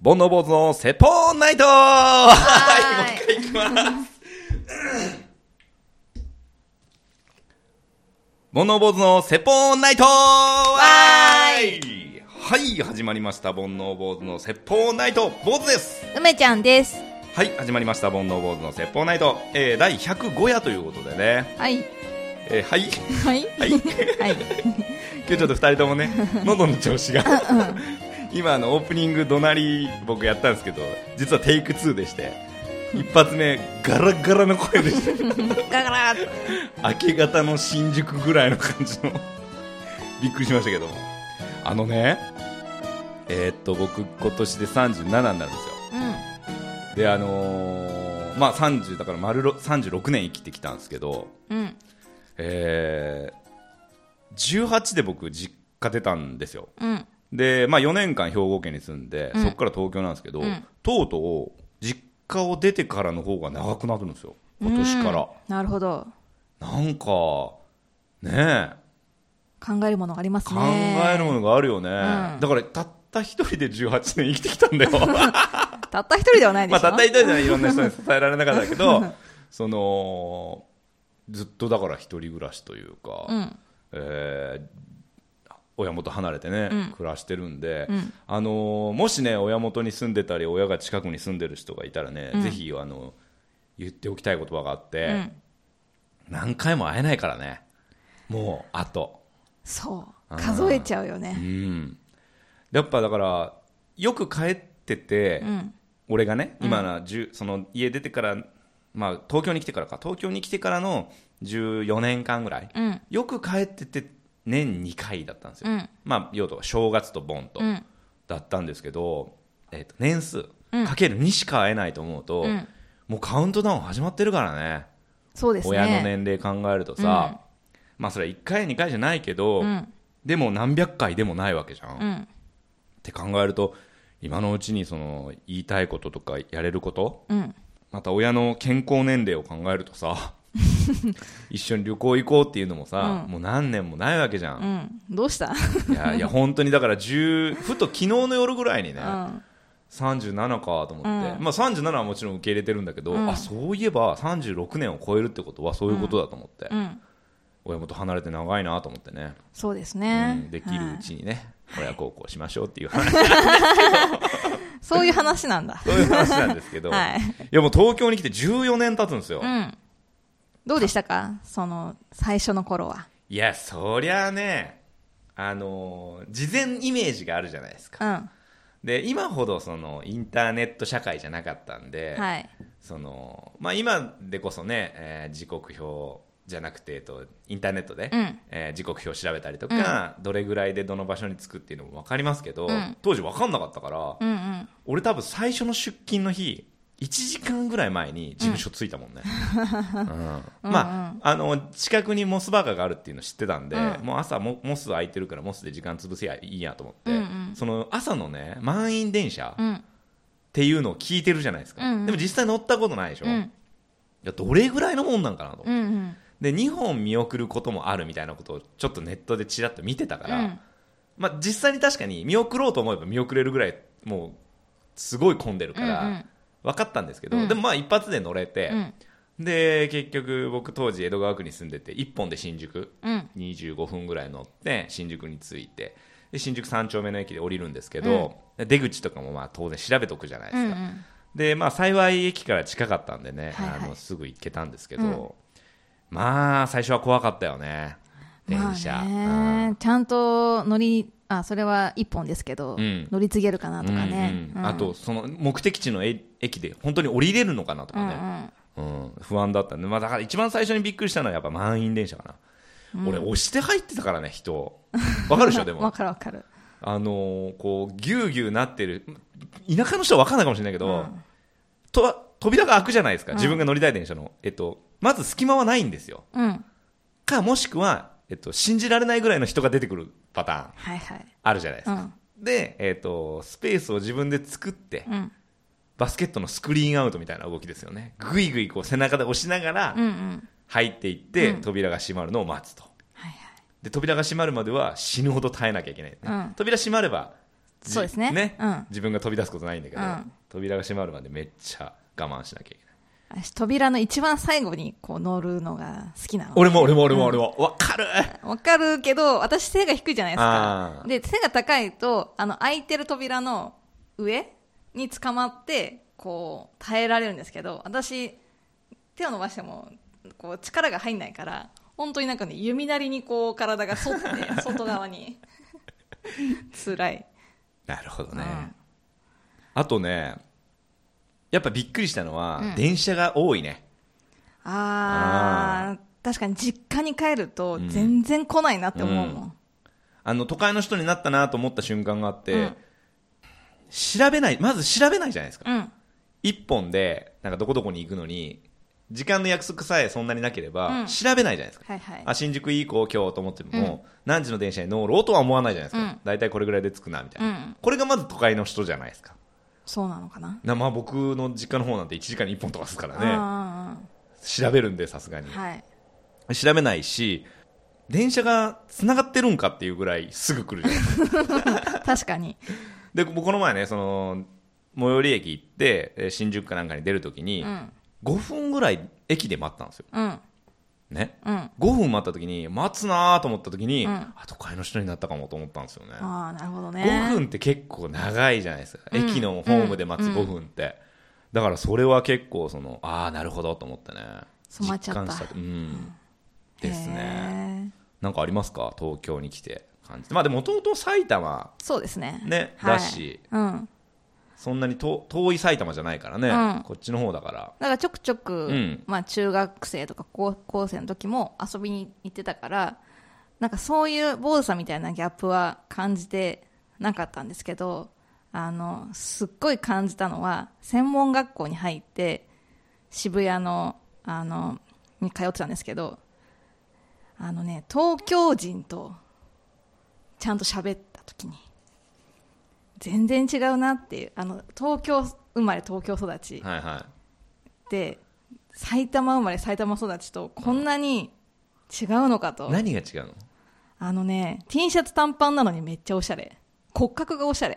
煩悩坊主の説法ナイトはい、もう一回いきます煩悩坊主の説法ナイトはい、始まりました。煩悩坊主の説法ナイト、坊主です。 梅ちゃんです。 はい、始まりました。煩悩坊主の説法ナイト、第105夜ということでね。 はい。 はいはいはい。 はい。今日ちょっと2人ともね、喉の調子が今オープニング怒鳴り僕やったんですけど、実はテイク2でして、一発目ガラガラの声でしたガラガラ明け方の新宿ぐらいの感じのびっくりしましたけど、僕今年で37になるんですよ。で30だから丸36年生きてきたんですけど、18で僕実家出たんですよ。で、4年間兵庫県に住んで、そこから東京なんですけど、とうとう実家を出てからの方が長くなるんですよ、今年から。 なるほど。 なんかねえ、 考えるものがありますね。 考えるものがあるよね。だからたった一人で18年生きてきたんだよたった一人ではないでしょ。 たった一人ではいろんな人に支えられなかったけどずっとだから一人暮らしというか、親元離れてね、暮らしてるんで、もしね親元に住んでたり親が近くに住んでる人がいたらね、ぜひ言っておきたい言葉があって、何回も会えないからね、もうあとそう数えちゃうよね。 やっぱだからよく帰ってて、俺がね今その家出てから、東京に来てからの14年間ぐらい、よく帰ってて年2回だったんですよ。要は正月と盆と、だったんですけど、年数かける2しか会えないと思うと、もうカウントダウン始まってるからね。 そうですね。 親の年齢考えるとさ、それは1回2回じゃないけど、でも何百回でもないわけじゃん、って考えると、今のうちに言いたいこととかやれること、また親の健康年齢を考えるとさ一緒に旅行行こうっていうのもさ、もう何年もないわけじゃん。 どうしたいや本当にだからふと昨日の夜ぐらいにね、37かと思って、37はもちろん受け入れてるんだけど、そういえば36年を超えるってことはそういうことだと思って、親元離れて長いなと思ってね。 そうですね、 できるうちにね、親孝行しましょうっていう話なんですけどそういう話なんだ。 そういう話なんですけど、いやもう東京に来て14年経つんですよ。 どうでしたか、最初の頃は。 いやそりゃあね、事前イメージがあるじゃないですか。で今ほどインターネット社会じゃなかったんで、今でこそね、時刻表じゃなくて、インターネットで、時刻表を調べたりとか、どれぐらいでどの場所に着くっていうのも分かりますけど、当時分かんなかったから、俺多分最初の出勤の日1時間ぐらい前に事務所着いたもんね。近くにモスバーガーがあるっていうの知ってたんで、もう朝モス空いてるからモスで時間潰せやいいやと思って、その朝のね満員電車っていうのを聞いてるじゃないですか。でも実際乗ったことないでしょ。いやどれぐらいのもんなんかなと思って、で2本見送ることもあるみたいなことをちょっとネットでちらっと見てたから、実際に確かに見送ろうと思えば見送れるぐらいもうすごい混んでるから分かったんですけど、でも一発で乗れて、で結局僕当時江戸川区に住んでて1本で新宿、25分ぐらい乗って新宿に着いて、で新宿3丁目の駅で降りるんですけど、出口とかも当然調べとくじゃないですか。で幸い駅から近かったんでね、すぐ行けたんですけど、最初は怖かったよね、電車。 ちゃんとそれは1本ですけど、乗り継げるかなとかね、 あとその目的地の駅で本当に降りれるのかなとかね、不安だったんで、だから一番最初にびっくりしたのはやっぱ満員電車かな。俺押して入ってたからね、人わかるでしょ。でもわかるわかる。 こうギューギューなってる、田舎の人は分かんないかもしれないけど、扉が開くじゃないですか、自分が乗りたい電車の、まず隙間はないんですよ、かもしくは、信じられないぐらいの人が出てくるパターンあるじゃないですか。で、スペースを自分で作って、バスケットのスクリーンアウトみたいな動きですよね。ぐいぐい背中で押しながら入っていって、扉が閉まるのを待つと。で扉が閉まるまでは死ぬほど耐えなきゃいけない、扉閉まればそうですね、 自分が飛び出すことないんだけど、扉が閉まるまでめっちゃ我慢しなきゃいけない。 扉の一番最後にこう乗るのが好きなの。 俺もわかるわかるけど、私背が低いじゃないですか。で、背が高いと、開いてる扉の上に捕まって、こう、耐えられるんですけど、私、手を伸ばしても、こう、力が入んないから、本当になんかね、弓なりにこう、体が反って、外側に。辛い。 なるほどね。あとね、やっぱびっくりしたのは、電車が多いね。 確かに実家に帰ると全然来ないなって思うもん。 都会の人になったなと思った瞬間があって、調べない、まず調べないじゃないですか。一本で、なんかどこどこに行くのに、時間の約束さえそんなになければ、調べないじゃないですか。新宿行こう今日と思っても、何時の電車に乗ろうとは思わないじゃないですか。だいたいこれぐらいで着くな、みたいな。これがまず都会の人じゃないですか。 そうなのかな。 まあ僕の実家の方なんて1時間に1本とかですからね。調べるんでさすがに、調べないし、電車が繋がってるんかっていうぐらいすぐ来るじゃないですか。 確かに。 で、この前ね、最寄り駅行って、新宿かなんかに出るときに、5分ぐらい駅で待ったんですよ。ね、5分待った時に待つなと思った時に、都会の人になったかもと思ったんですよね。 なるほどね。 5分って結構長いじゃないですか、駅のホームで待つ5分って、だからそれは結構なるほどと思ってね、 染まっちゃった。 ですね。なんかありますか、東京に来て感じ。まあでももともと埼玉そうですね、 だし、そんなに遠い埼玉じゃないからね、こっちの方だから。 だからちょくちょく、まあ中学生とか高校生の時も遊びに行ってたから、なんかそういう坊主さんみたいなギャップは感じてなかったんですけど、すっごい感じたのは、専門学校に入って渋谷のに通ってたんですけど、東京人とちゃんと喋った時に全然違うなっていう、東京生まれ東京育ち、で埼玉生まれ埼玉育ちとこんなに違うのかと。 何が違うの T シャツ短パンなのにめっちゃおしゃれ、骨格がおしゃれ。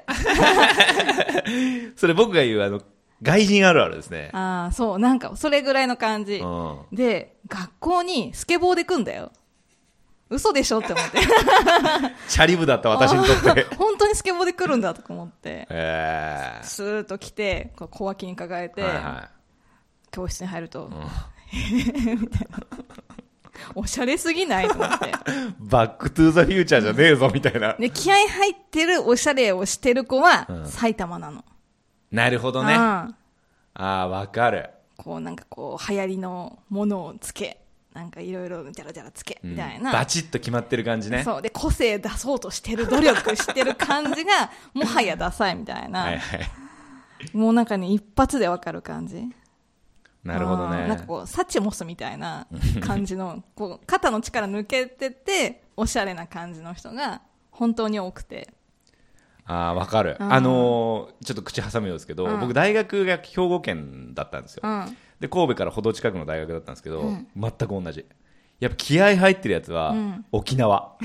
それ僕が言う外人あるあるですね。 そう、なんかそれぐらいの感じで、学校にスケボーで来んだよ。嘘でしょって思って。 チャリ部だった私にとって。 本当にスケボーで来るんだとか思って。スーッと来て、小脇に抱えて、教室に入ると、みたいな。おしゃれすぎないと思って。 バックトゥーザフューチャーじゃねえぞみたいな。 で、気合入ってるおしゃれをしてる子は埼玉なの。 なるほどね。わかる。 なんか流行りのものをつけ、なんかいろいろジャラジャラつけみたいな、 バチッと決まってる感じね。 そうで、個性出そうとしてる努力してる感じがもはやダサいみたいな。もうなんかね、一発でわかる感じ。 なるほどね。 なんかサチモスみたいな感じの肩の力抜けてておしゃれな感じの人が本当に多くて。 わかる。ちょっと口挟むようですけど、僕大学が兵庫県だったんですよ。で、神戸からほど近くの大学だったんですけど、全く同じ。やっぱ気合入ってるやつは、沖縄。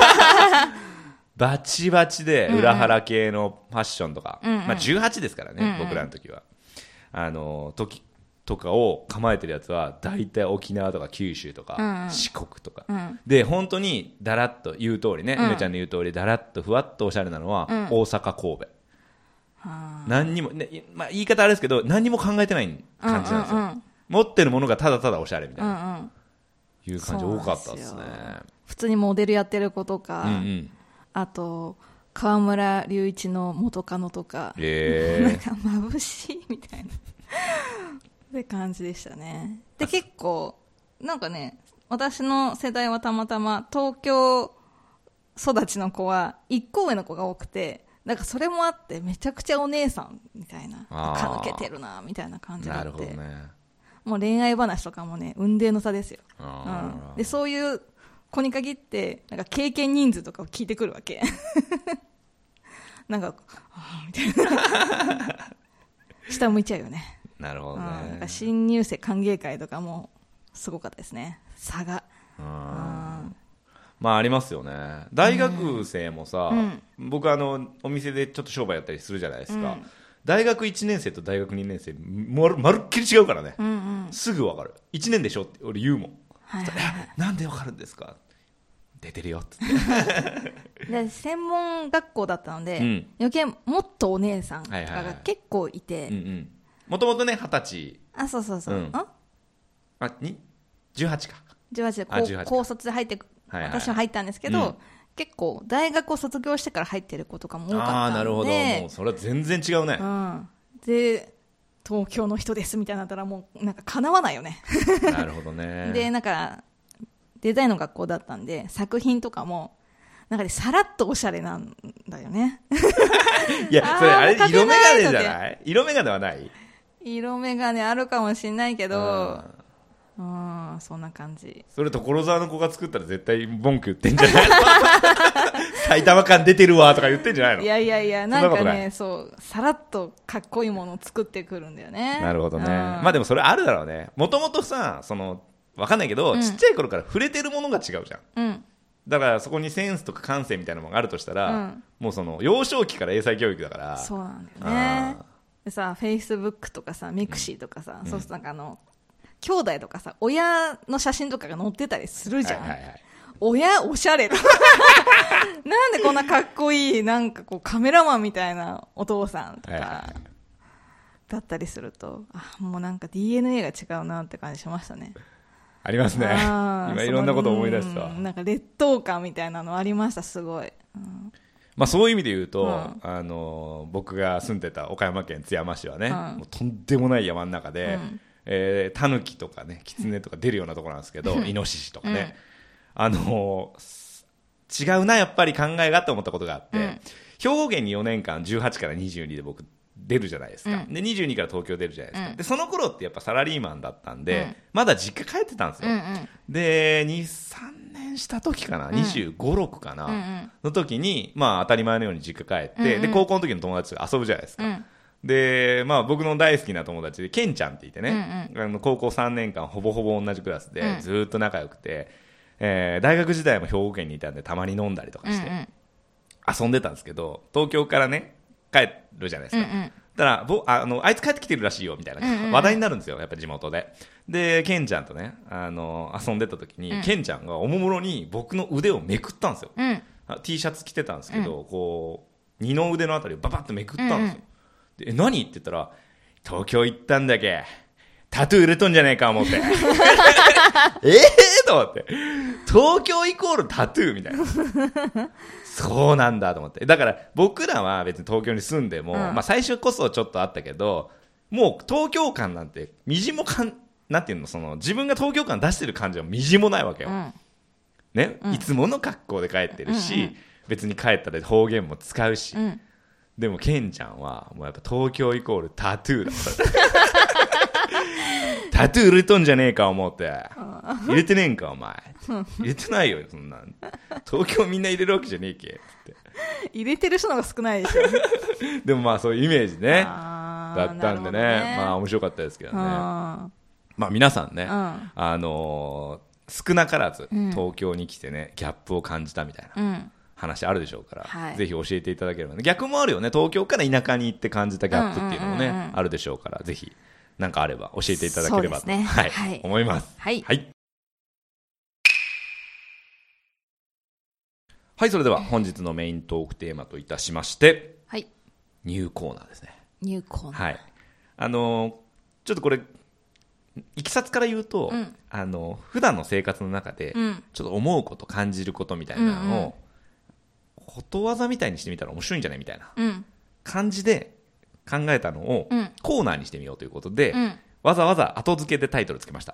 バチバチで、裏腹系のファッションとか、まあ18ですからね、僕らの時は。時とかを構えてるやつは、大体沖縄とか九州とか、四国とか。で、本当に、だらっと言う通りね、梅ちゃんの言う通り、だらっとふわっとおしゃれなのは、大阪、神戸。何にも、ね、まあ言い方あれですけど、何にも考えてない感じなんですよ。持ってるものがただただおしゃれみたいな、いう感じ多かったですね。 普通にモデルやってる子とか、あと河村隆一の元カノとか、なんか眩しいみたいなって感じでしたね。で、結構なんかね、私の世代はたまたま東京育ちの子は1個上の子が多くて、なんかそれもあってめちゃくちゃお姉さんみたいな、か抜けてるなみたいな感じがあって、なるほどね。もう恋愛話とかもね、雲泥の差ですよ。で、そういう子に限ってなんか経験人数とかを聞いてくるわけ。なんかみたいな。下向いちゃうよね。 なるほどね。 なんか新入生歓迎会とかもすごかったですね、差が。 まあありますよね。大学生もさ、僕お店でちょっと商売やったりするじゃないですか、大学1年生と大学2年生まるっきり違うからね、すぐ分かる。1年でしょって俺言うもん、なんで分かるんですか、出てるよっつってで専門学校だったので、余計もっとお姉さんとかが結構いて、 もともとね20歳、 そうそうそう、 18か 18で高卒で入って、私は入ったんですけど、結構大学を卒業してから入ってる子とかも多かったので、 なるほど、もうそれは全然違うね、 で東京の人ですみたいになったらもうなんか叶わないよねなるほどね。 でなんかデザインの学校だったんで、作品とかもなんかでさらっとおしゃれなんだよねいやそれあれ色眼鏡じゃない？色眼鏡はない？ 色眼鏡あるかもしれないけど、そんな感じ。 それ所沢の子が作ったら絶対文句言ってんじゃないの埼玉感出てるわとか言ってんじゃないの？ いやいやいや、なんかね、そうさらっとかっこいいものを作ってくるんだよね。 なるほどね。まあでもそれあるだろうね。もともとさ、わかんないけど、ちっちゃい頃から触れてるものが違うじゃん、だからそこにセンスとか感性みたいなものがあるとしたら、もう幼少期から英才教育だから。 そうなんだよね。でさ、フェイスブックとかさ、ミクシーとかさ、そうするとなんか兄弟とかさ、親の写真とかが載ってたりするじゃん、親おしゃれだなんでこんなかっこいい、なんかこうカメラマンみたいなお父さんとかだったりすると、もうなんか DNA が違うなって感じしましたね。 ありますね。今いろんなことを思い出した。 なんか劣等感みたいなのありました、すごい。 まあ、そういう意味で言うと、僕が住んでた岡山県津山市はね、もうとんでもない山の中で、タヌキとかね、キツネとか出るようなところなんですけど、イノシシとかね、違うなやっぱり考えがって思ったことがあって、兵庫県に4年間18から22で僕出るじゃないですか、で22から東京出るじゃないですか、でその頃ってやっぱサラリーマンだったんで、まだ実家帰ってたんですよ、で 2,3 年した時かな、25、6かな、の時に、まあ、当たり前のように実家帰って、で高校の時の友達と遊ぶじゃないですか、で、まあ、僕の大好きな友達でケンちゃんっていてね、高校3年間ほぼほぼ同じクラスでずっと仲良くて、大学時代も兵庫県にいたんでたまに飲んだりとかして遊んでたんですけど、東京からね帰るじゃないですか、だからあいつ帰ってきてるらしいよみたいな話題になるんですよ、やっぱり地元で。でケンちゃんとね、遊んでた時に、ケンちゃんがおもむろに僕の腕をめくったんですよ、T シャツ着てたんですけど、こう二の腕のあたりをババッとめくったんですよ、で何って言ったら、東京行ったんだけタトゥー売れとんじゃねえか思ってと思って、東京イコールタトゥーみたいなそうなんだと思って。だから僕らは別に東京に住んでも、まあ、最初こそちょっとあったけど、もう東京感なんてみじもなんていうの、自分が東京感出してる感じはみじもないわけよ、ね、いつもの格好で帰ってるし、別に帰ったら方言も使うし、でもケンちゃんはもうやっぱ東京イコールタトゥーだったタトゥー売れとんじゃねえか思って、入れてねえんかお前入れてないよそんなん、東京みんな入れるわけじゃねえけって入れてる人の方が少ないでしょでもまあそういうイメージねだったんで ね、まあ面白かったですけどね。まあ皆さんね、少なからず東京に来てね、ギャップを感じたみたいな、話あるでしょうから、ぜひ教えていただければね。逆もあるよね、東京から田舎に行って感じたギャップっていうのもね、あるでしょうから、ぜひ何かあれば教えていただければと、思います。はい、それでは本日のメイントークテーマといたしまして、ニューコーナーですね。 ニューコーナー、ちょっとこれいきさつから言うと、普段の生活の中でちょっと思うこと感じることみたいなのを、ことわざみたいにしてみたら面白いんじゃないみたいな感じで考えたのをコーナーにしてみようということで、わざわざ後付けでタイトルつけました。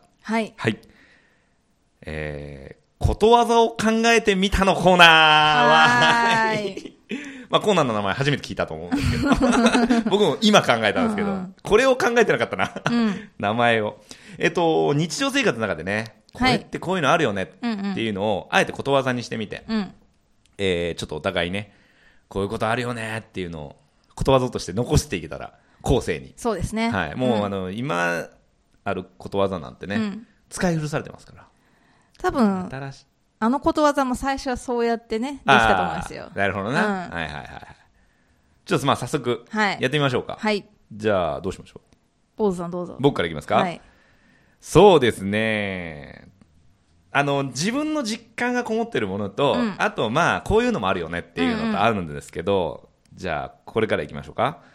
ことわざを考えてみたのコーナーはまあコーナーの名前初めて聞いたと思うんですけど僕も今考えたんですけど、これを考えてなかったな名前を。日常生活の中でね、これってこういうのあるよねっていうのをあえてことわざにしてみて、ちょっとお互いね、こういうことあるよねっていうのをことわざとして残していけたら後世に。 そうですね、 もう今あることわざなんてね、使い古されてますから。 多分あのことわざも最初はそうやってねできたと思いますよ。 なるほどな、はいはいはい。ちょっと早速やってみましょうか。 はい。 じゃあどうしましょう。 坊主さんどうぞ。 僕からいきますか。 はい。 そうですね、自分の実感がこもってるものと、あとまあこういうのもあるよねっていうのとあるんですけど、じゃあこれからいきましょうか。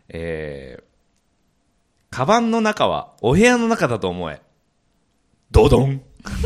カバンの中はお部屋の中だと思え。ドドン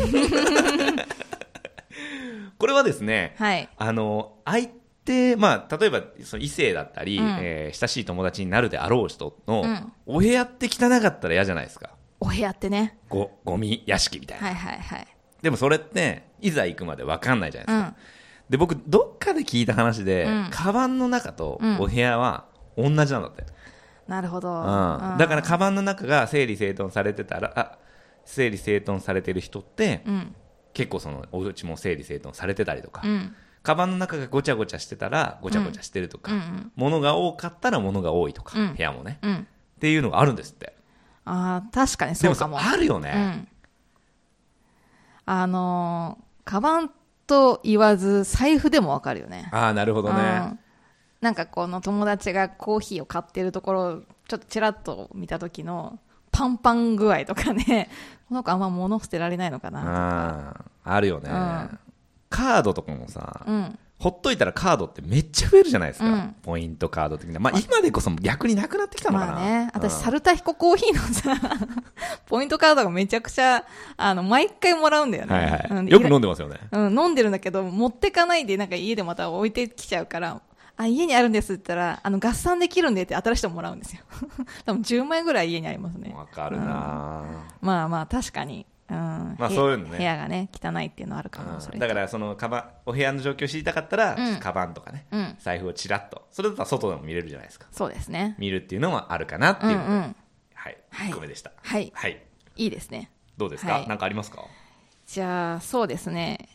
これはですね、 はい、 相手、まあ、例えばその異性だったり、親しい友達になるであろう人の、お部屋って汚かったら嫌じゃないですか。 お部屋ってね、 ゴミ屋敷みたいな、 はいはいはい、 でもそれっていざ行くまで分かんないじゃないですか、で僕どっかで聞いた話で、カバンの中とお部屋は同じなんだって、 なるほど、 だからカバンの中が整理整頓されてたら、整理整頓されてる人って、結構そのお家も整理整頓されてたりとか、カバンの中がごちゃごちゃしてたらごちゃごちゃしてるとか、物が多かったら物が多いとか、部屋もね、っていうのがあるんですって。 確かにそうかも。 でもあるよね、 カバンと言わず財布でもわかるよね。 なるほどね、 なんかこの友達がコーヒーを買ってるところをちょっとちらっと見た時のパンパン具合とかね、この子あんま物捨てられないのかなとか。 あるよね、カードとかもさ、ほっといたらカードってめっちゃ増えるじゃないですか、ポイントカード的な、まあ、今でこそ逆になくなってきたのかな。 まあね、私、サルタヒココーヒーのさポイントカードがめちゃくちゃ毎回もらうんだよね、 はいはい、よく飲んでますよね、 飲んでるんだけど持ってかないでなんか家でまた置いてきちゃうから、家にあるんですって言ったら合算できるんでって新しいのもらうんですよ多分10枚ぐらい家にありますね。 わかるな、 まあまあ確かに、 まあそういうのね、 部屋がね汚いっていうのはあるかも、それだからそのお部屋の状況を知りたかったら、カバンとかね、財布をちらっと、それだったら外でも見れるじゃないですか。 そうですね、 見るっていうのもあるかなっていうので、はい、1個目でした。 はい、はい、いいですね。 どうですか、なんかありますか。 じゃあそうですね、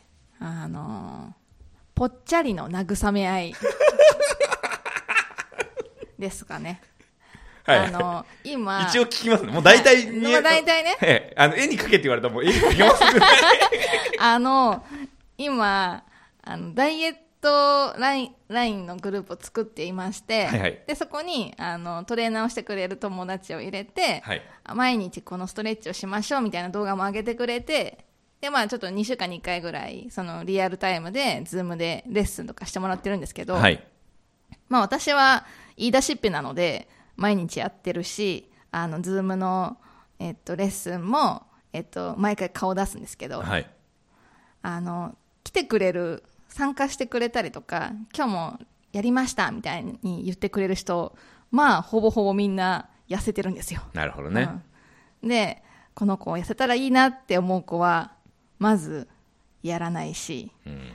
ぽっちゃりの慰め合いですかね。 はい、 今一応聞きますね。もう大体ね、大体ね、 絵に描けって言われたらもう絵に描けますね今ダイエットラインのグループを作っていまして、 はいはい、 でそこにトレーナーをしてくれる友達を入れて、 はい、 毎日このストレッチをしましょうみたいな動画も上げてくれて、でまあちょっと2週間に1回ぐらいそのリアルタイムでズームでレッスンとかしてもらってるんですけど、 はい、 まあ私は言い出しっぺなので毎日やってるし、ズームのレッスンも毎回顔出すんですけど、 はい、 来てくれる、参加してくれたりとか、今日もやりましたみたいに言ってくれる人、まあほぼほぼみんな痩せてるんですよ。 なるほどね、 でこの子痩せたらいいなって思う子はまずやらないし、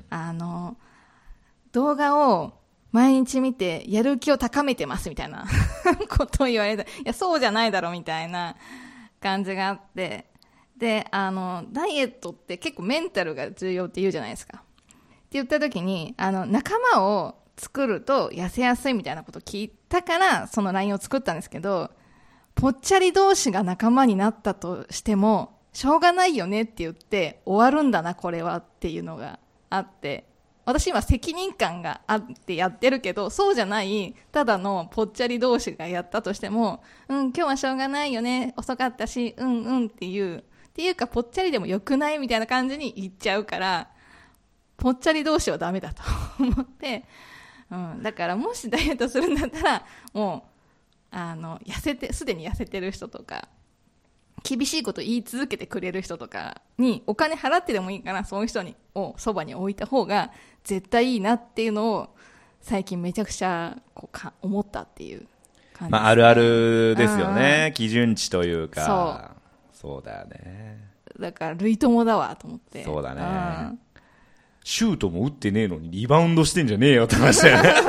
動画を毎日見てやる気を高めてますみたいなことを言われた。いやそうじゃないだろみたいな感じがあって、でダイエットって結構メンタルが重要って言うじゃないですか。って言った時に仲間を作ると痩せやすいみたいなことを聞いたからその LINE を作ったんですけど、ぽっちゃり同士が仲間になったとしてもしょうがないよねって言って終わるんだなこれはっていうのがあって、私今責任感があってやってるけど、そうじゃないただのぽっちゃり同士がやったとしても、今日はしょうがないよね、遅かったしっていうかぽっちゃりでもよくないみたいな感じに言っちゃうから、ぽっちゃり同士はダメだと思って、だからもしダイエットするんだったらもうすでに痩せてる人とか厳しいこと言い続けてくれる人とかにお金払ってでもいいからそういう人をそばに置いた方が絶対いいなっていうのを最近めちゃくちゃ思ったっていう感じですね。 まあ、あるあるですよね、基準値というか。そうだよね。 だから類友だわと思って。 そうだね、シュートも打ってねえのにリバウンドしてんじゃねえよって話だよね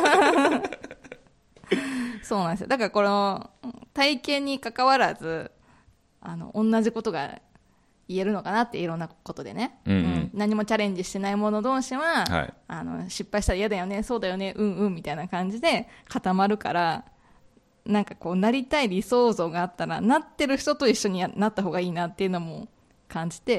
そうなんですよ。だからこの体型に関わらず同じことが言えるのかなって、いろんなことでね、何もチャレンジしてない者同士は、失敗したら嫌だよね、そうだよね、みたいな感じで固まるから、なんかこうなりたい理想像があったらなってる人と一緒になった方がいいなっていうのも感じて、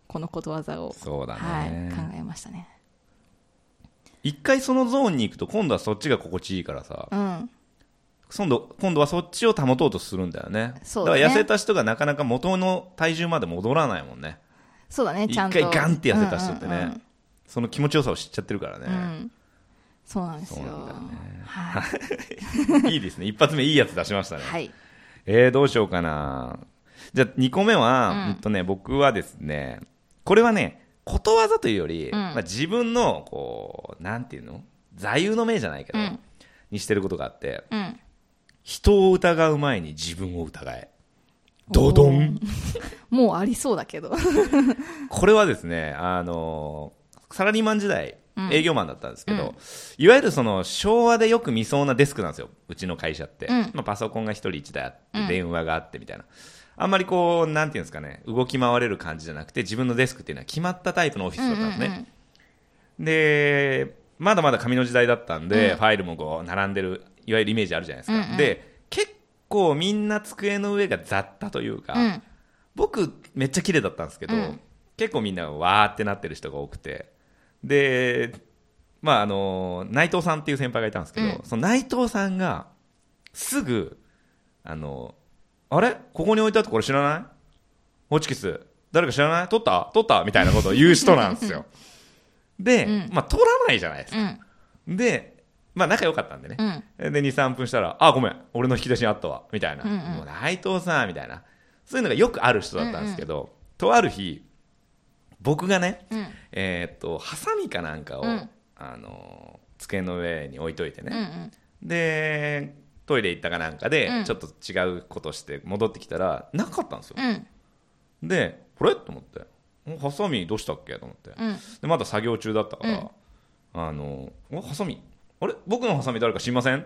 このことわざをそうだね、 はい、考えましたね。 一回そのゾーンに行くと今度はそっちが心地いいからさ、うん、今度はそっちを保とうとするんだよね。そうだね。だから痩せた人がなかなか元の体重まで戻らないもんね。 そうだね、ちゃんと一回ガンって痩せた人ってね、うんうんうん、その気持ちよさを知っちゃってるからね、うん、 そうなんですよ。そうなんだよね、 はい、いいですね。一発目いいやつ出しましたね。 はい。 どうしようかな。じゃあ2個目は、僕はですね、これはね、ことわざというより、自分のこうなんていうの、座右の銘じゃないけど、にしてることがあって、人を疑う前に自分を疑え。ドドンもうありそうだけどこれはですね、サラリーマン時代営業マンだったんですけど、いわゆるその昭和でよく見そうなデスクなんですよ、うちの会社って、パソコンが一人一台あって、電話があってみたいな、あんまりこうなんていうんですかね、動き回れる感じじゃなくて、自分のデスクっていうのは決まったタイプのオフィスだったんですね、でまだまだ紙の時代だったんで、ファイルもこう並んでるいわゆるイメージあるじゃないですか、で結構みんな机の上が雑多というか、僕めっちゃ綺麗だったんですけど、結構みんなわーってなってる人が多くて、で内藤さんっていう先輩がいたんですけど、その内藤さんがすぐあれここに置いてあったこれ知らない？ホチキス誰か知らない？取ったみたいなことを言う人なんですよで、取らないじゃないですか、で仲良かったんでね、で 2,3 分したら、ごめん俺の引き出しにあったわみたいな、もう内藤さんみたいな、そういうのがよくある人だったんですけど、とある日僕がね、ハサミかなんかを、机の上に置いといてね、でトイレ行ったかなんかで、ちょっと違うことして戻ってきたらなかったんですよ、でこれと思って、ハサミどうしたっけと思って、でまだ作業中だったから、ハサミあれ僕のハサミ誰か知りませんって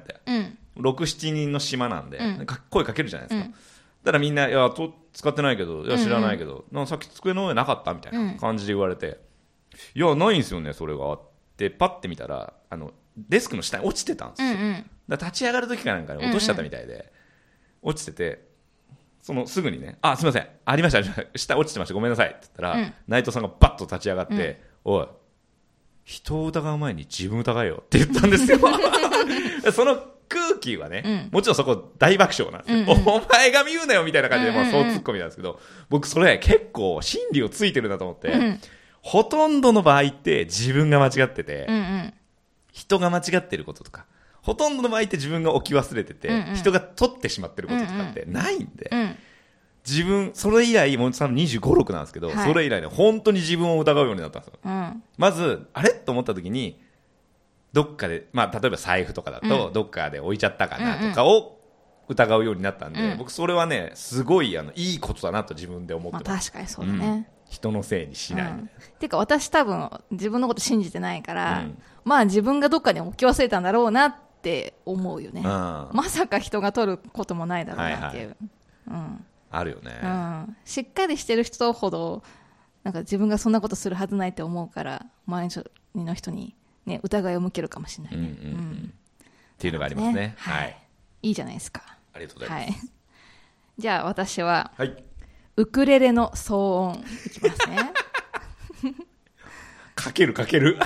、6、7人の島なんで、声かけるじゃないですか、だからみんな、いや使ってないけど、いや知らないけど、さっき机の上なかったみたいな感じで言われて、いやないんですよねそれがってパッて見たら、デスクの下に落ちてたんですよ、だから立ち上がる時かなんかに落としちゃったみたいで、落ちてて、すぐにね、すいませんありました下落ちてましたごめんなさいって言ったら、内藤さんがバッと立ち上がって、おい人を疑う前に自分疑えよって言ったんですよその空気はね、もちろんそこ大爆笑なんですよ、お前が言うなよみたいな感じで、そうツッコミなんですけど、僕それ結構真理をついてるなと思って、ほとんどの場合って自分が間違ってて、人が間違ってることとか、ほとんどの場合って自分が置き忘れてて、人が取ってしまってることとかってないんで、自分それ以来もう多分25、6なんですけど、それ以来ね本当に自分を疑うようになったんですよ、まずあれと思った時にどっかで、例えば財布とかだと、どっかで置いちゃったかなとかを疑うようになったんで、僕それはねすごいいいことだなと自分で思ってます、 確かにそうだね、 人のせいにしない、 てか私多分自分のこと信じてないから、自分がどっかに置き忘れたんだろうなって思うよね、まさか人が取ることもないだろうなっていう、 あるよね、 しっかりしてる人ほどなんか自分がそんなことするはずないって思うから、周りの人に、ね、疑いを向けるかもしれないね、 っていうのがありますね、 いいじゃないですか。 ありがとうございます、 じゃあ私は、ウクレレの騒音いきますねかけるウクレレの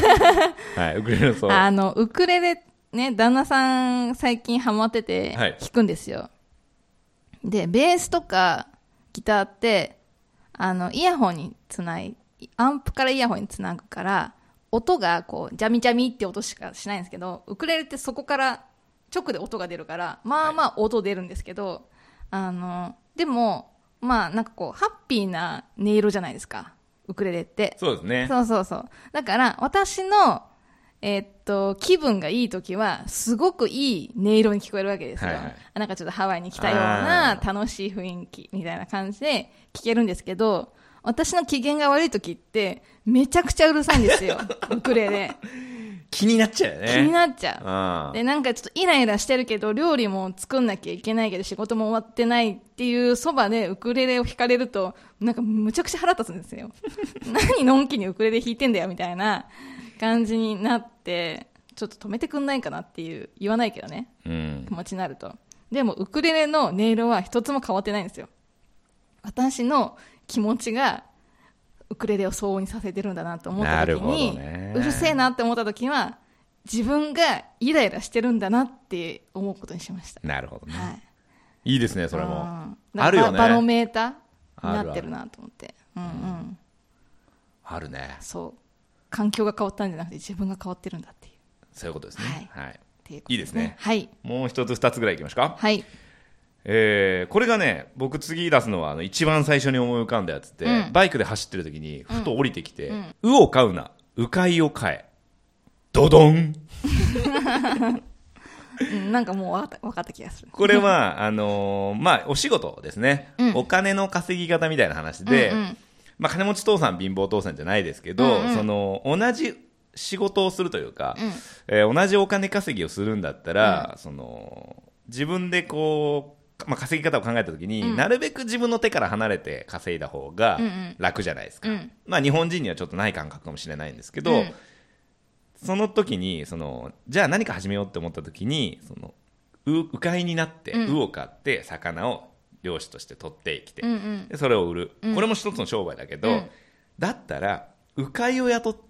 騒音、 ウクレレね、旦那さん最近ハマってて弾くんですよ、でベースとかギターってイヤホンにアンプからイヤホンにつなぐから音がこうジャミジャミって音しかしないんですけど、ウクレレってそこから直で音が出るから音出るんですけど、でもなんかこうハッピーな音色じゃないですかウクレレって。 そうですね。 そうだから私の気分がいい時はすごくいい音色に聞こえるわけですよ、なんかちょっとハワイに来たような楽しい雰囲気みたいな感じで聞けるんですけど、私の機嫌が悪い時ってめちゃくちゃうるさいんですよウクレレ。 気になっちゃうよね。 気になっちゃう。でなんかちょっとイライラしてるけど料理も作んなきゃいけないけど仕事も終わってないっていうそばでウクレレを弾かれるとなんかむちゃくちゃ腹立つんですよ何のんきにウクレレ弾いてんだよみたいな感じになって、ちょっと止めてくんないかなっていう言わないけどね、気持ちになると。でもウクレレの音色は一つも変わってないんですよ。私の気持ちがウクレレを騒音にさせてるんだなと思った時に、うるせえなって思った時は自分がイライラしてるんだなって思うことにしました。 なるほどね、 はい、 いいですねそれも。あるよね、 バロメーターになってるなと思って。 あるね。 そう、環境が変わったんじゃなくて自分が変わってるんだっていう、 そういうことですね。はい、はい、 いいですね。 はい、 もう一つ二つぐらいいきましょうか。 はい。 これがね、僕次出すのは一番最初に思い浮かんだやつで、バイクで走ってる時にふと降りてきて、うを飼うな、うかいを飼え、ドドンなんかもう分かった気がする。 これはお仕事ですね、お金の稼ぎ方みたいな話で、金持ち父さん貧乏父さんじゃないですけど、その同じ仕事をするというか、同じお金稼ぎをするんだったら、その自分でこう、稼ぎ方を考えたときに、なるべく自分の手から離れて稼いだ方が楽じゃないですか。日本人にはちょっとない感覚かもしれないんですけど、その時にじゃあ何か始めようって思った時にうかいになって、うを飼って魚を漁師として取ってきて、でそれを売る、これも一つの商売だけど、だったらうかいを雇って、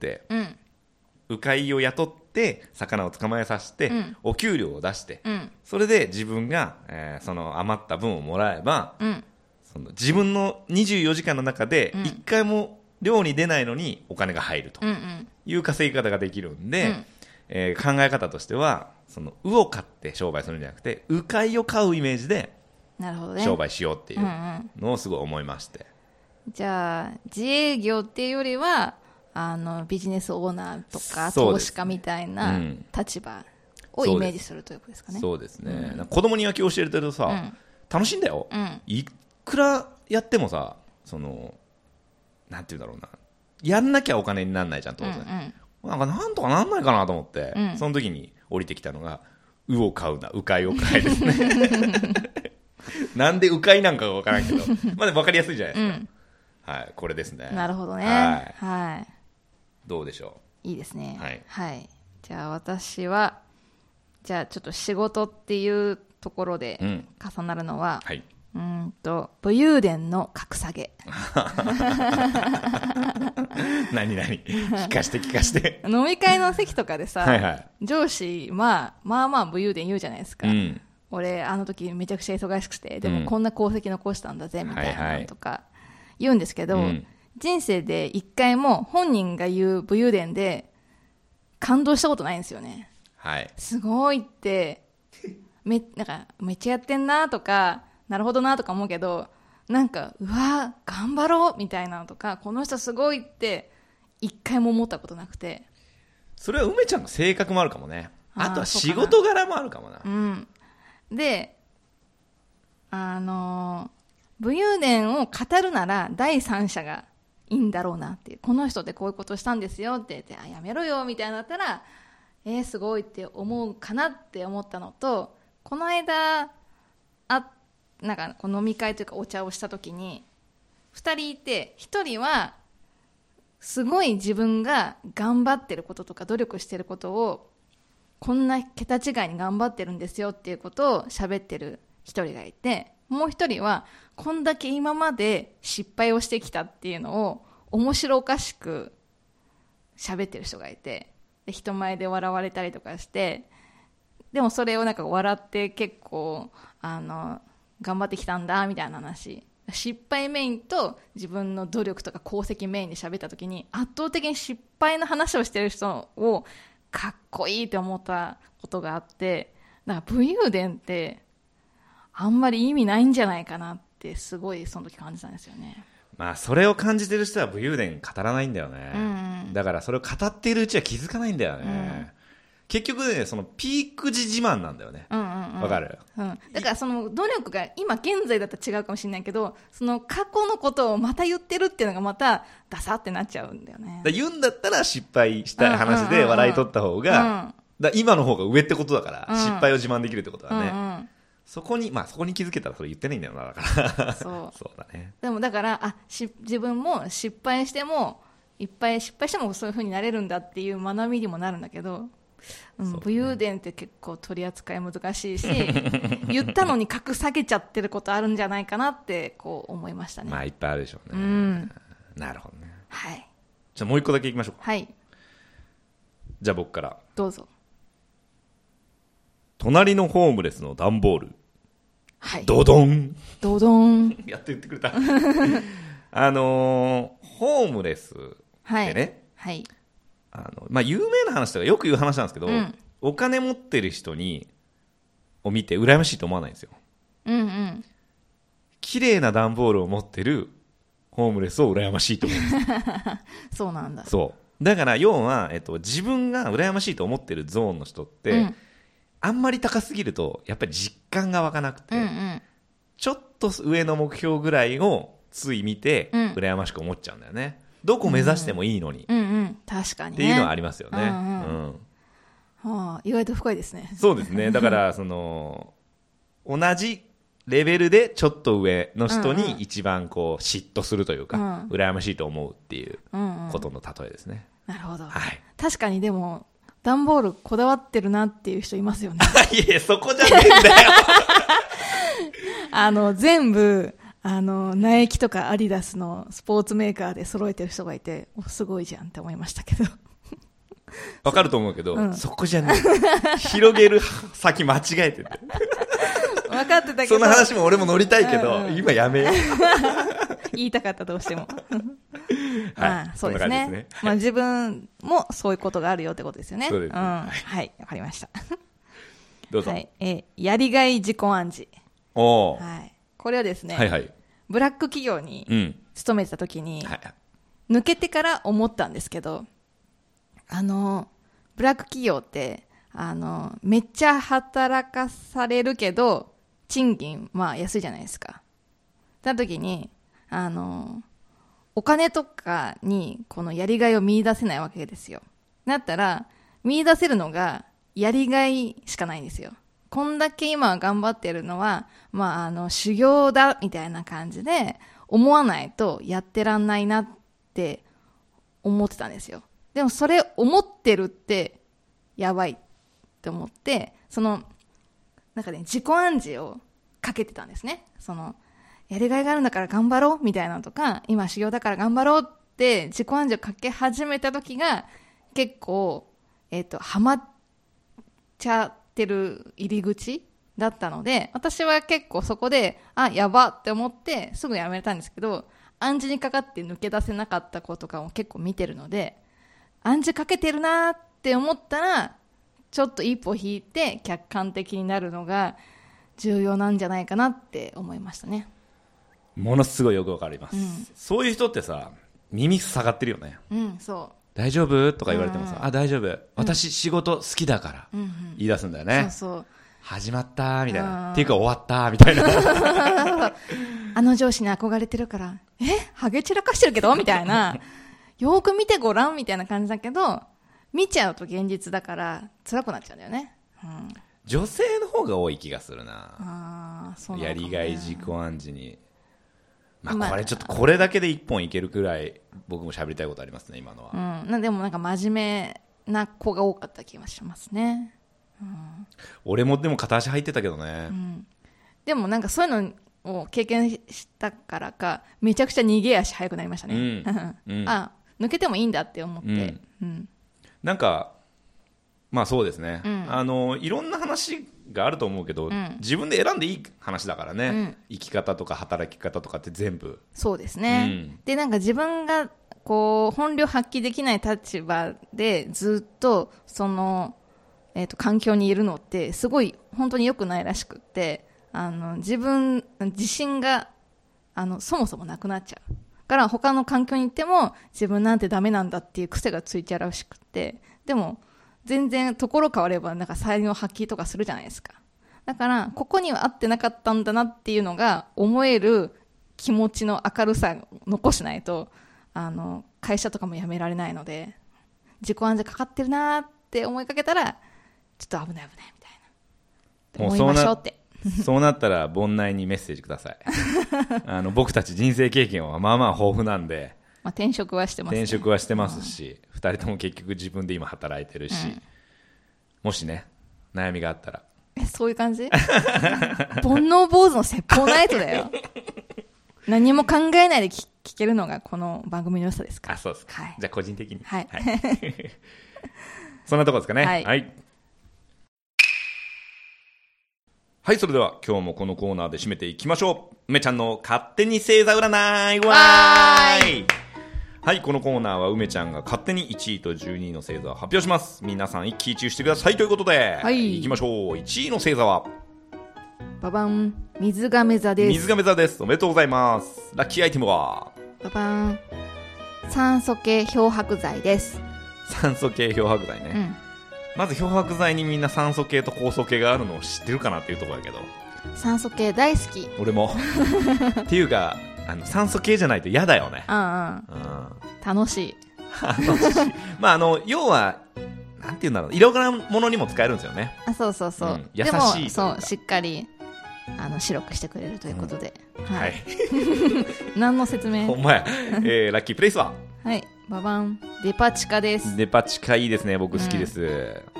魚を捕まえさせて、お給料を出して、それで自分が、その余った分をもらえば、その自分の24時間の中で1回も漁に出ないのにお金が入るという稼ぎ方ができるんで、考え方としてはうを飼って商売するんじゃなくて、うかいを飼うイメージで商売しようっていうのをすごい思いまして、 じゃあ自営業っていうよりはビジネスオーナーとか投資家みたいな立場をイメージするということですかね。 そうですね、子供に野球教えてるとさ、楽しいんだよ、いくらやってもさ、なんていうんだろうな、やんなきゃお金にならないじゃん当然、なんとかなんないかなと思って、その時に降りてきたのがうを飼うな、うかいを飼えですねなんでうかいなんかが分からんけどでも分かりやすいじゃないですか、はい、これですね。 なるほどね、はい、 どうでしょう。いいですね。 はい、 はい、じゃあ私はちょっと仕事っていうところで重なるのは、はい、武勇伝の格下げ何聞かして飲み会の席とかでさ、上司まあ武勇伝言うじゃないですか、俺あの時めちゃくちゃ忙しくて、でもこんな功績残したんだぜみたいなのとか言うんですけど、人生で一回も本人が言う武勇伝で感動したことないんですよね。すごいってなんかめっちゃやってんなとか、なるほどなとか思うけど、なんかうわ頑張ろうみたいなのとか、この人すごいって一回も思ったことなくて。 それは梅ちゃんの性格もあるかもね。あとは仕事柄もあるかもな。 で武勇伝を語るなら第三者がいいんだろうなっていう、この人でこういうことしたんですよって言って、やめろよみたいなのだったらすごいって思うかなって思ったのと、この間なんか飲み会というかお茶をした時に2人いて、1人はすごい自分が頑張ってることとか努力してることをこんな桁違いに頑張ってるんですよっていうことを喋ってる1人がいて、もう1人はこんだけ今まで失敗をしてきたっていうのを面白おかしく喋ってる人がいて、で人前で笑われたりとかして、でもそれをなんか笑って結構頑張ってきたんだみたいな話、失敗メインと自分の努力とか功績メインで喋った時に、圧倒的に失敗の話をしてる人をかっこいいって思ったことがあって、だから武勇伝ってあんまり意味ないんじゃないかなってすごいその時感じたんですよね。 それを感じてる人は武勇伝語らないんだよね、だからそれを語っているうちは気づかないんだよね、結局ね、そのピーク時自慢なんだよね。わかる？だからその努力が今現在だったら違うかもしれないけど、その過去のことをまた言ってるっていうのがまたダサってなっちゃうんだよね。 言うんだったら失敗した話で笑い取った方が、今の方が上ってことだから、失敗を自慢できるってことだね。そこに気づけたらそれ言ってないんだよな、だからそうだね。 でもだから自分も失敗してもいっぱい失敗してもそういう風になれるんだっていう学びにもなるんだけど、武勇伝って結構取り扱い難しいし言ったのに格下げちゃってることあるんじゃないかなってこう思いましたね。 いっぱいあるでしょうね、なるほどね。 はい。 じゃあもう一個だけいきましょうか。 はい。 じゃあ僕から。 どうぞ。 隣のホームレスの段ボール。 はい。 ドドン。 ドドン。 やっと言ってくれた。ホームレスってね。 はい。 まあ、有名な話とかよく言う話なんですけど、お金持ってる人を見て羨ましいと思わないんですよ。 うんうん。 綺麗な段ボールを持ってるホームレスを羨ましいと思うんですよ。 そうなんだ。 そう。だから要は、自分が羨ましいと思ってるゾーンの人って、あんまり高すぎるとやっぱり実感が湧かなくて、ちょっと上の目標ぐらいをつい見て、羨ましく思っちゃうんだよね。どこ目指してもいいのに、 確かにね。 っていうのはありますよね。 意外と深いですね。 そうですね。だから同じレベルでちょっと上の人に一番こう嫉妬するというか、羨ましいと思うっていうことの例えですね。 なるほど。 はい。 確かにでも段ボールこだわってるなっていう人いますよね。 いやそこじゃねえんだよ。全部ナイキとかアディダスのスポーツメーカーで揃えてる人がいて、すごいじゃんって思いましたけど。 わかると思うけど、そこじゃねえ。広げる先間違えてて。 分かってたけど。 その話も俺も乗りたいけど、今やめよう。 言いたかったどうしても。 はい。 そうですね。まあ自分もそういうことがあるよってことですよね。 そうですね。 はい、わかりました。 どうぞ。 はい。やりがい自己暗示。 おー。 はい。これはですね、 はいはい、 ブラック企業に勤めてた時に、抜けてから思ったんですけど、ブラック企業って、めっちゃ働かされるけど、賃金、まあ安いじゃないですか。その時に、お金とかにこのやりがいを見出せないわけですよ。だったら、見出せるのがやりがいしかないんですよ。こんだけ今頑張ってるのは、まあ、修行だみたいな感じで思わないとやってらんないなって思ってたんですよ。でもそれ思ってるってやばいって思って、なんかね、自己暗示をかけてたんですね。やりがいがあるんだから頑張ろうみたいなのとか、今修行だから頑張ろうって自己暗示をかけ始めた時が結構、ハマっちゃってる入り口だったので、私は結構そこで、やばって思ってすぐやめたんですけど、暗示にかかって抜け出せなかった子とかも結構見てるので、暗示かけてるなって思ったら、ちょっと一歩引いて客観的になるのが重要なんじゃないかなって思いましたね。 ものすごいよくわかります、そういう人ってさ、耳塞がってるよね。 そう。 大丈夫とか言われてもさ、大丈夫、私仕事好きだから言い出すんだよね。 そう始まったみたいな、っていうか終わったみたいな。 上司に憧れてるからハゲ散らかしてるけどみたいな。よく見てごらんみたいな感じだけど、見ちゃうと現実だから辛くなっちゃうんだよね。 女性の方が多い気がするな。 そうなのかもね。 やりがい自己暗示に。まあ、これちょっとこれだけで一本いけるくらい僕も喋りたいことありますね、今のは。 でもなんか真面目な子が多かった気がしますね。 俺もでも片足入ってたけどね。 でもなんかそういうのを経験したからか、めちゃくちゃ逃げ足速くなりましたね。抜けてもいいんだって思って。 なんかまあそうですね、いろんな話があると思うけど、自分で選んでいい話だからね、生き方とか働き方とかって全部そうですね、でなんか自分がこう本領発揮できない立場でずっと環境にいるのってすごい本当に良くないらしくって、自信がそもそもなくなっちゃうから他の環境に行っても自分なんてダメなんだっていう癖がついちゃうらしくって、でも全然ところ変わればなんか才能発揮とかするじゃないですか。だからここには合ってなかったんだなっていうのが思える気持ちの明るさを残しないと会社とかも辞められないので、自己暗示かかってるなって思いかけたらちょっと危ないみたいな思いましょうって。 そうなったら盆内にメッセージください。僕たち人生経験はまあまあ豊富なんで、 転職はしてますね。 転職はしてますし、2人とも結局自分で今働いてるし、もしね悩みがあったら。 そういう感じ？煩悩坊主の説法ナイトだよ。何も考えないで聞けるのがこの番組の良さですから。 あ、そうですか、 はい、 じゃあ個人的に、 はい、はい、 そんなとこですかね。 はい、 はいはい、それでは今日もこのコーナーで締めていきましょう。梅ちゃんの勝手に星座占い。わーい。はい、このコーナーは梅ちゃんが勝手に1位と12位の星座を発表します。皆さん一喜一憂してくださいということで、はい、いきましょう。1位の星座はババン、水亀座です。 水亀座です。おめでとうございます。ラッキーアイテムはババン、酸素系漂白剤です。 酸素系漂白剤ね、うん、まず漂白剤にみんな酸素系と酵素系があるのを知ってるかなっていうところだけど、酸素系大好き。 俺もっていうか酸素系じゃないと嫌だよね。 うんうん、うん、楽しいまあ要はなんていうんだろう、色柄物にも使えるんですよね。 あ、そうそうそう、うん、 優しいというか。でもそう、しっかり白くしてくれるということで、うん、はい、何の説明。 ほんまや、ラッキープレイスははい、ババン、デパ地下です。 デパ地下いいですね、僕好きです、うん、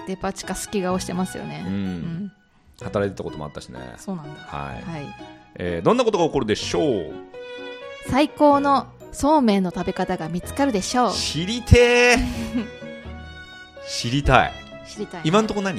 デパ地下好き顔してますよね、うんうん、 働いてたこともあったしね。 そうなんだ。 はい、 はい、 どんなことが起こるでしょう。 最高のそうめんの食べ方が見つかるでしょう。 知りてー知りたい、 ね、 今んとこ何。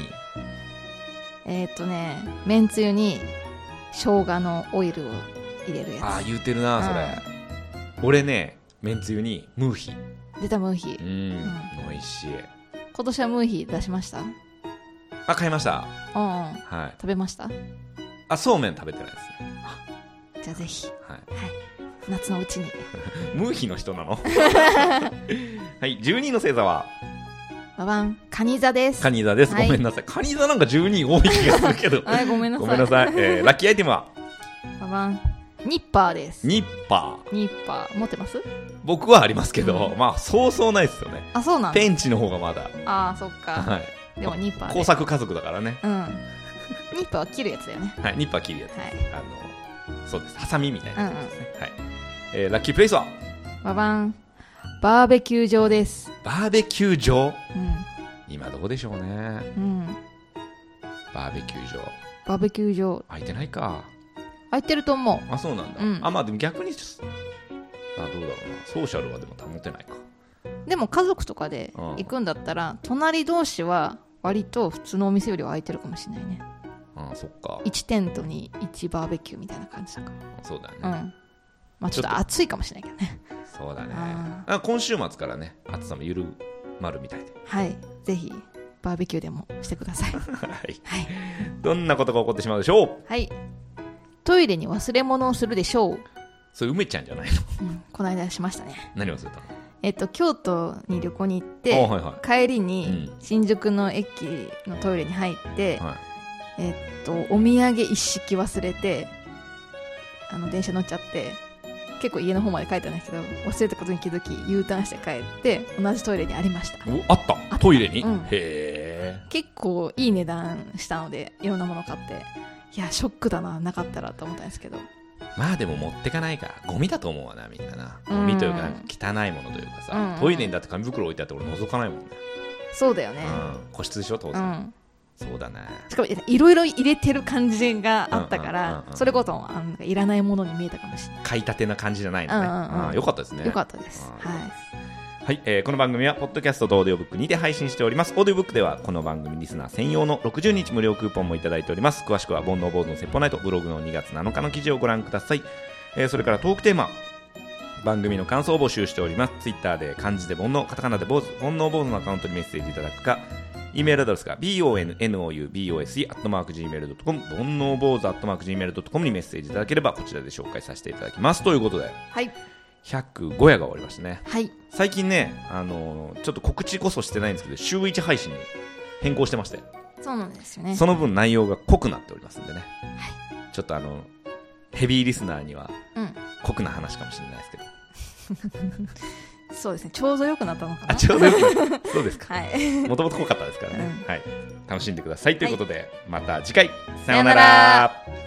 めんつゆに生姜のオイルを入れるやつ。 ああ、言うてるなそれ、うん、俺ね、めんつゆにムーヒー。 出た、ムーヒー。 美味しい。 今年はムーヒー出しました。 あ、買いました。 うん、 はい、 食べました。 あ、そうめん食べてないですね。 じゃあぜひ、 はい、 はい、夏のうちにムーヒーの人なのはい、12位の星座はババン、カニ座です。 カニ座です、はい、ごめんなさい。カニ座なんか12位多い気がするけどはい、ごめんなさい。 ごめんなさい、ラッキーアイテムはババン、ニッパーです。 ニッパー持ってます？ 僕はありますけど、まあそうそうないですよね。 あ、そうなんだ。 ペンチの方がまだ。 ああ、そっか、 はい、 でもニッパー工作家族だからね。 うん、ニッパーは切るやつだよね。 はい、ニッパー切るやつ、 はい、 そうです、ハサミみたいなやつですね、はい。ラッキープレイスはババン、バーベキュー場です。 バーベキュー場、 うん、 今どこでしょうね、 うん、 バーベキュー場。 バーベキュー場空いてないか。 空いてると思う。 あ、そうなんだ、うん、あ、まあでも逆にどうだろうな、ソーシャルはでも保てないか。 でも家族とかで行くんだったら、隣同士は割と普通のお店よりは空いてるかもしれないね。 ああ、そっか。 1テントに1バーベキューみたいな感じだから。 そうだね、 うん、まあちょっと暑いかもしれないけどね。 そうだね。今週末からね、暑さも緩まるみたいで、 はい、ぜひバーベキューでもしてくださいはい、 はい、どんなことが起こってしまうでしょう。 はい、トイレに忘れ物をするでしょう。 それ梅ちゃんじゃないの、 うん、この間しましたね。 何忘れたの。 京都に旅行に行って、はいはい、帰りに新宿の駅のトイレに入って、はい、お土産一式忘れて電車乗っちゃって、結構家の方まで帰ったんですけど、忘れたことに気づき U ターンして帰って同じトイレにありました。 あったトイレに、 うん、 へえ。 結構いい値段したのでいろんなもの買って、いやショックだな、なかったらと思ったんですけど、 まあでも持ってかないからゴミだと思うわな、みんなな。ゴミというか汚いものというかさ、トイレにだって紙袋置いてあって俺覗かないもんね。 そうだよね、 個室でしょ当然、そうだね。 しかもいろいろ入れてる感じがあったから、それこそいらないものに見えたかもしれない。 買いたてな感じじゃないのね。よかったですね。 よかったです。 はい、この番組はポッドキャストとオーディオブックにて配信しております。オーディオブックではこの番組リスナー専用の60日無料クーポンもいただいております。詳しくは煩悩坊主の説法ナイトブログの2月7日の記事をご覧ください。それからトークテーマ、番組の感想を募集しております。ツイッターで漢字で煩悩、カタカナで坊主、煩悩坊主のアカウントにメッセージいただくか、E メールアドレスが bonoubose@gmail.com、 煩悩坊主@gmail.com にメッセージいただければこちらで紹介させていただきます。ということで、 はい、 105夜が終わりましたね。 はい、 最近ね、ちょっと告知こそしてないんですけど、週1配信に変更してまして、 そうなんですよね。 その分内容が濃くなっておりますんでね、 はい、 ちょっとヘビーリスナーには濃くな話かもしれないですけど、 そうですね、ちょうど良くなったのかな。 ちょうど良くそうですか。 もともと濃かったですからね、はい、楽しんでくださいということで、また次回、 さようなら。